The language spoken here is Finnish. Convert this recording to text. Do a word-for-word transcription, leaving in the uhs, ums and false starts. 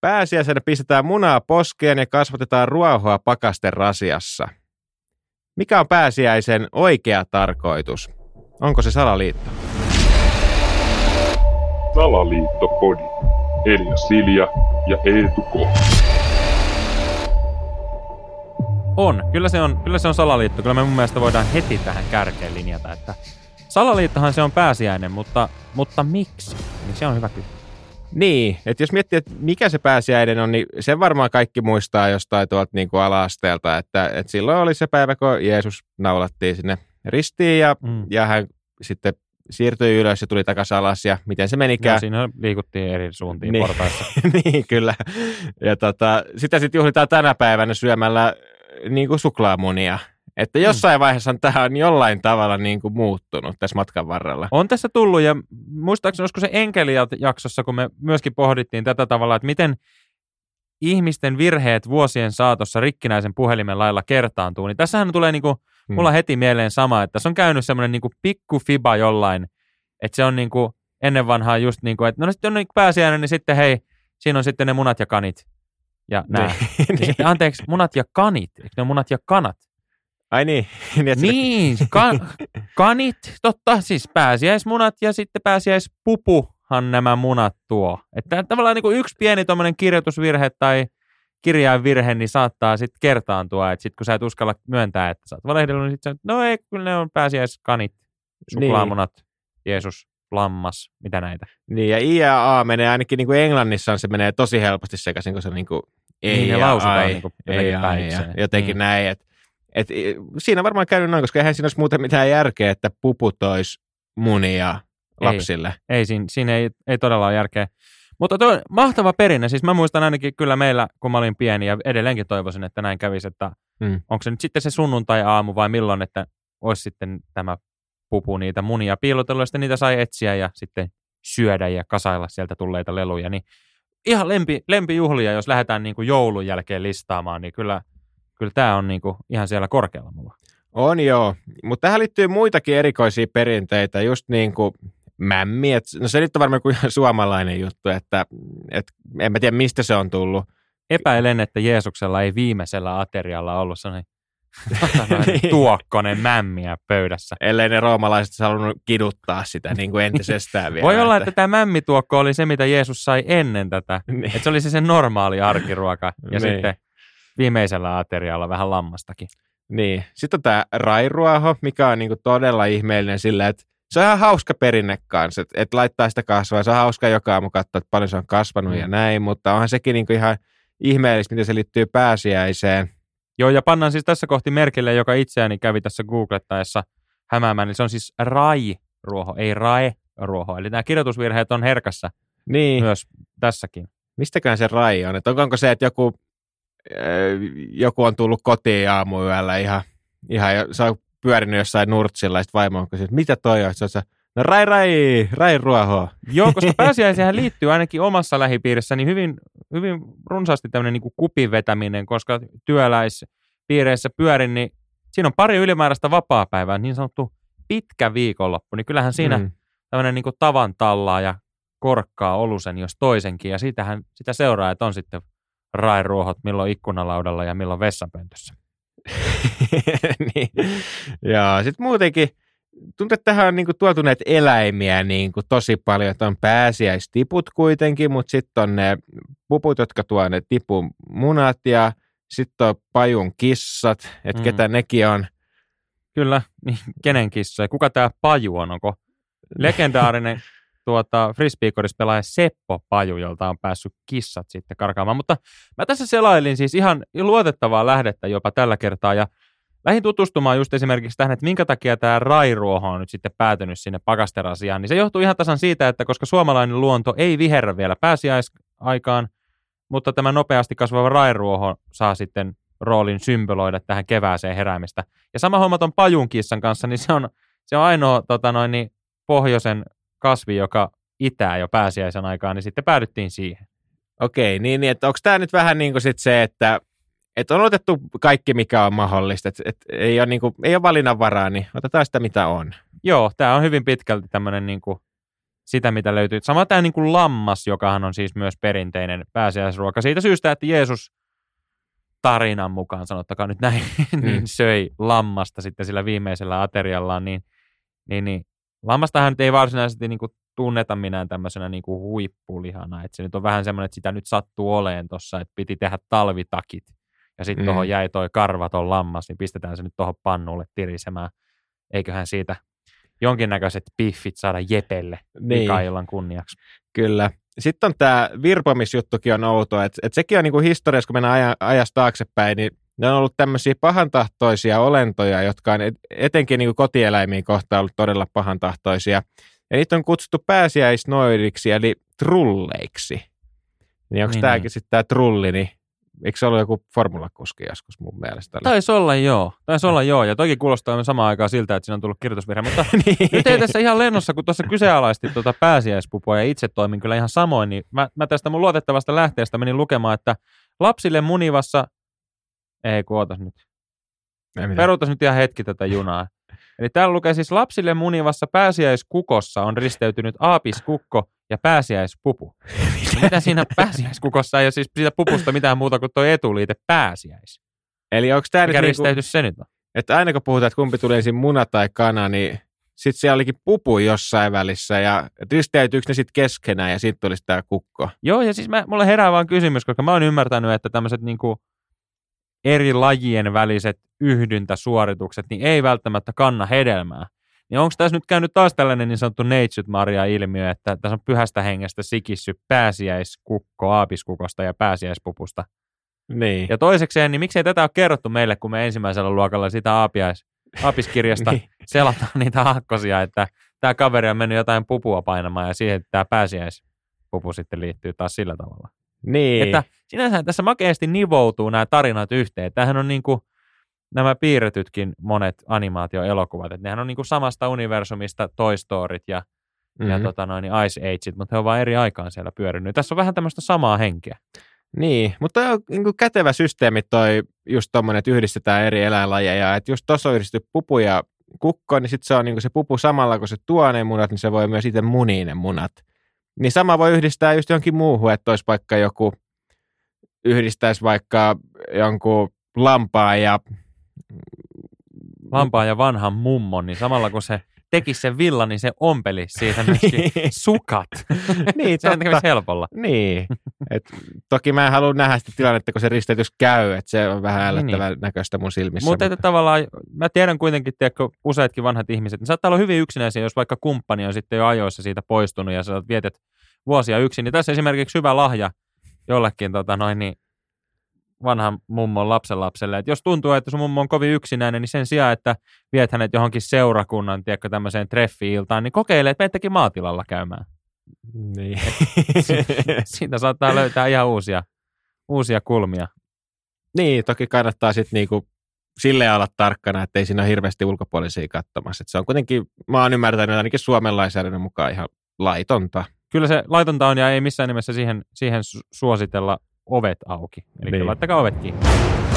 Pääsiäisenä pistetään munaa poskeen ja kasvatetaan ruohoa pakasten rasiassa. Mikä on pääsiäisen oikea tarkoitus? Onko se salaliitto? Salaliittopodi. Elia Silja ja Eetu K. On. Kyllä se on, kyllä se on salaliitto. Kyllä me mun mielestä voidaan heti tähän kärkeen linjata, että salaliittohan se on pääsiäinen, mutta, mutta miksi? Niin se on hyvä kyllä. Niin, että jos miettii, että mikä se pääsiäinen on, niin sen varmaan kaikki muistaa jostain tuolta niin kuin ala-asteelta, että, että silloin oli se päivä, kun Jeesus naulattiin sinne ristiin ja, mm. ja hän sitten siirtyi ylös ja tuli takaisin alas ja miten se menikään. No, siinä liikuttiin eri suuntiin niin, portaissa. niin, kyllä. Ja tota, sitä sitten juhlitaan tänä päivänä syömällä niin kuin suklaamunia. Että jossain vaiheessa tämä on jollain tavalla niin kuin muuttunut tässä matkan varrella. On tässä tullut, ja muistaakseni olisiko se Enkeli-jaksossa, kun me myöskin pohdittiin tätä tavalla, että miten ihmisten virheet vuosien saatossa rikkinäisen puhelimen lailla kertaantuu, niin tässähän tulee niin kuin, hmm. mulla heti mieleen sama, että se on käynyt semmoinen niin kuin pikku fiba jollain, että se on niin kuin ennen vanhaa just niin kuin, että no sitten on niin pääsiäinen, niin sitten hei, siinä on sitten ne munat ja kanit ja nää. Niin. Ja sitten, anteeksi, munat ja kanit, eikö ne munat ja kanat? Ai niin. Niin, ka- kanit, totta, siis pääsiäismunat ja sitten pääsiäispupuhan nämä munat tuo. Että tavallaan niin kuin yksi pieni tuommoinen kirjoitusvirhe tai kirjainvirhe, niin saattaa sitten kertaantua, että sitten kun sä et uskalla myöntää, että sä oot valehdellut, niin sitten no ei, kyllä ne on pääsiäiskanit, suklaamunat, niin. Jeesus, lammas, mitä näitä. Niin, ja I ja A menee ainakin niin kuin Englannissa, se menee tosi helposti sekaisin, kun se niin kuin ei niin, ne ja lausutaan ai, niin kuin ei ja ai, ja jotenkin niin. näin, että et, siinä varmaan käynyt noin, koska eihän siinä olisi muuten mitään järkeä, että puputois munia lapsille. Ei, ei siinä, siinä ei, ei todella ole järkeä. Mutta tuo mahtava perinne, siis mä muistan ainakin kyllä meillä, kun mä olin pieni ja edelleenkin toivoisin, että näin kävisi, että hmm. onko se nyt sitten se sunnuntai-aamu vai milloin, että olisi sitten tämä pupu niitä munia piilotellut ja sitten niitä sai etsiä ja sitten syödä ja kasailla sieltä tulleita leluja. Niin ihan lempi, lempijuhlia, jos lähdetään niin kuin joulun jälkeen listaamaan, niin kyllä Kyllä tämä on niinku ihan siellä korkealla mulla. On joo, mutta tähän liittyy muitakin erikoisia perinteitä, just niin kuin mämmi. Et, no se nyt on varmaan kuin ihan suomalainen juttu, että et, en mä tiedä mistä se on tullut. Epäilen, että Jeesuksella ei viimeisellä aterialla ollut sellainen tuokkonen mämmiä pöydässä. Ellei ne roomalaiset halunnut kiduttaa sitä niin kuin entisestään vielä. Voi olla, että, että tämä mämmituokko oli se, mitä Jeesus sai ennen tätä. Niin. Että se oli se sen normaali arkiruoka ja niin. Sitten viimeisellä aterialla vähän lammastakin. Niin. Sitten on tämä rairuoho, mikä on niinku todella ihmeellinen sillä, että se on ihan hauska perinne kanssa, että et laittaa sitä kasvaa. Se on hauska joka aamu katsoa, että paljon se on kasvanut mm. ja näin, mutta onhan sekin niinku ihan ihmeellistä, miten se liittyy pääsiäiseen. Joo, ja pannaan siis tässä kohti merkille, joka itseäni kävi tässä googlettaessa hämäämään, niin se on siis rai-ruoho, ei rae-ruoho. Eli nämä kirjoitusvirheet on herkässä niin. Myös tässäkin. Mistäkään se rai on? Että onko se, että joku joku on tullut kotiin aamuyöllä ihan, ihan se on pyörinyt jossain nurtsilla ja sitten vaimo on kysynyt, mitä toi on? Se on se, no rai rai, rai ruohoa. Joo, koska pääsiäiseen liittyy ainakin omassa lähipiirissä niin hyvin, hyvin runsaasti tämmöinen niin kuin kupin vetäminen, koska työläispiireissä pyörin, niin siinä on pari ylimääräistä vapaapäivää, niin sanottu pitkä viikonloppu, niin kyllähän siinä mm. tämmöinen niin kuin tavan tallaa ja korkkaa olusen jos toisenkin, ja siitähän sitä seuraa, että on sitten rairuohot, milloin ikkunalaudalla ja milloin vessanpöntössä. niin. Ja sitten muutenkin tuntuu, että tähän on niinku tuotu näitä eläimiä niinku tosi paljon, että on pääsiäistiput kuitenkin, mutta sitten on ne puput, jotka tuo ne tipun munat ja sitten on pajun kissat, että mm. ketä nekin on. Kyllä, niin kenen kissa? Kuka tämä paju on? Onko legendaarinen tuota, frisbeekoripelaaja Seppo Paju, jolta on päässyt kissat sitten karkaamaan. Mutta mä tässä selailin siis ihan luotettavaa lähdettä jopa tällä kertaa ja lähdin tutustumaan just esimerkiksi tähän, että minkä takia tämä rairuoho on nyt sitten päätynyt sinne pakasterasiaan. Niin se johtuu ihan tasan siitä, että koska suomalainen luonto ei viherrä vielä pääsiäisaikaan, mutta tämä nopeasti kasvava rairuoho saa sitten roolin symboloida tähän kevääseen heräämistä. Ja sama hommat on pajunkissan kanssa, niin se on, se on ainoa tota noin, niin pohjoisen kasvi, joka itää jo pääsiäisen aikaan, niin sitten päädyttiin siihen. Okei, niin, niin että onko tämä nyt vähän niin kuin sit se, että, että on otettu kaikki, mikä on mahdollista, että, että ei, ole niin kuin, ei ole valinnanvaraa, niin otetaan sitä, mitä on. Joo, tämä on hyvin pitkälti tämmöinen niin kuin sitä, mitä löytyy. Sama tämä niin kuin lammas, jokahan on siis myös perinteinen pääsiäisruoka. Siitä syystä, että Jeesus tarinan mukaan, sanottakaa nyt näin, mm. niin söi lammasta sitten sillä viimeisellä ateriallaan, niin, niin, niin lammastahan nyt ei varsinaisesti niin kuin tunneta minään tämmöisenä niin kuin huippulihana, että se nyt on vähän semmoinen, että sitä nyt sattuu oleen tuossa, että piti tehdä talvitakit, ja sitten mm. tuohon jäi toi karvaton lammas, niin pistetään se nyt tuohon pannulle tirisemään. Eiköhän siitä jonkinnäköiset piffit saada Jepelle niin. Mikaelan kunniaksi. Kyllä. Sitten on tämä virpomisjuttukin on outo, että et sekin on niinku historiassa, kun mennään aja, ajasta taaksepäin, niin ne on ollut tämmöisiä pahantahtoisia olentoja, jotka on etenkin niinku kotieläimiin kohtaan ollut todella pahantahtoisia. Ja niitä on kutsuttu pääsiäisnoidiksi, eli trulleiksi. Niin onko niin, tämäkin niin. sitten tämä trulli, niin eikö se ollut joku formulakuski joskus mun mielestä? Taisi olla joo, taisi olla joo, ja toki kuulostaa samaan aikaan siltä, että siinä on tullut kirjoitusvirhe, mutta niin. Nyt ei tässä ihan lennossa, kun tuossa kyseenalaisti tuota pääsiäispupua ja itse toimin kyllä ihan samoin, niin mä, mä tästä mun luotettavasta lähteestä menin lukemaan, että lapsille munivassa, ei kun ootas nyt, peruutas nyt ihan hetki tätä junaa. Eli täällä lukee siis lapsille munivassa pääsiäiskukossa on risteytynyt aapiskukko ja pääsiäispupu. Mitä siinä pääsiäiskukossa ei ole siis siitä pupusta mitään muuta kuin tuo etuliite pääsiäis. Eli onko tämä nyt mikä risteytys niinku, se nyt on? Että aina kun puhutaan, että kumpi tulee ensin muna tai kana, niin sitten siellä olikin pupu jossain välissä ja risteytyykö ne sitten keskenään ja sitten tulisi tämä kukko? Joo, ja siis mä, mulle herää vaan kysymys, koska mä oon ymmärtänyt, että tämmöiset niinku eri lajien väliset yhdyntäsuoritukset niin ei välttämättä kanna hedelmää. Niin onko tässä nyt käynyt taas tällainen niin sanottu Neitsyt-Maria-ilmiö, että tässä on pyhästä hengestä sikissy pääsiäiskukko aapiskukosta ja pääsiäispupusta? Niin. Ja toisekseen, niin miksei tätä ole kerrottu meille, kun me ensimmäisellä luokalla sitä aapiais, aapiskirjasta niin. Selataan niitä aakkosia, että tämä kaveri on mennyt jotain pupua painamaan ja siihen tämä pääsiäispupu sitten liittyy taas sillä tavalla. Niin. Että sinänsä tässä makeasti nivoutuu nämä tarinat yhteen. Tämähän on niin kuin nämä piirretytkin monet animaatioelokuvat, että nehän on niin kuin samasta universumista Toy Storyt ja, mm-hmm. ja tota noin, Ice Ageit, mutta he on vaan eri aikaan siellä pyörinyt. Tässä on vähän tämmöistä samaa henkeä. Niin, mutta on niin kuin kätevä systeemi toi just tommoinen, että yhdistetään eri eläinlajeja. Että just tuossa on yhdistetty pupu ja kukko, niin sitten se on niin kuin se pupu samalla, kun se tuo ne munat, niin se voi myös itse munii ne munat. Niin sama voi yhdistää just johonkin muuhun, että olisi vaikka joku, yhdistäisi vaikka jonkun lampaan ja lampaan ja vanhan mummon, niin samalla kun se teki sen villan, niin se ompeli siitä myöskin sukat. Niin, sehän tekisi helpolla. Niin. Et, toki mä en halua nähdä sitä tilannetta, kun se risteytys käy, että se on vähän ällöttävän niin. näköistä mun silmissä. Mutta että tavallaan, mä tiedän kuitenkin, tiedätkö, useatkin vanhat ihmiset, niin saattaa olla hyvin yksinäisiä, jos vaikka kumppani on sitten jo ajoissa siitä poistunut ja sä vietet vuosia yksin. Niin tässä esimerkiksi hyvä lahja jollekin tota noin, niin vanhan mummon lapsenlapselle, että jos tuntuu, että sun mummo on kovin yksinäinen, niin sen sijaan, että viet hänet johonkin seurakunnan, tiedätkö, tämmöiseen treffi-iltaan, niin kokeile, että meittäkin maatilalla käymään. Niin. Siitä saattaa löytää ihan uusia, uusia kulmia. Niin, toki kannattaa sitten niinku silleen olla tarkkana, että ei siinä ole hirveästi ulkopuolisia katsomassa. Et se on kuitenkin, mä oon ymmärtänyt ainakin Suomen lainsäädännön mukaan ihan laitonta. Kyllä se laitonta on ja ei missään nimessä siihen, siihen suositella ovet auki. Eli niin. Laittakaa ovet kiinni.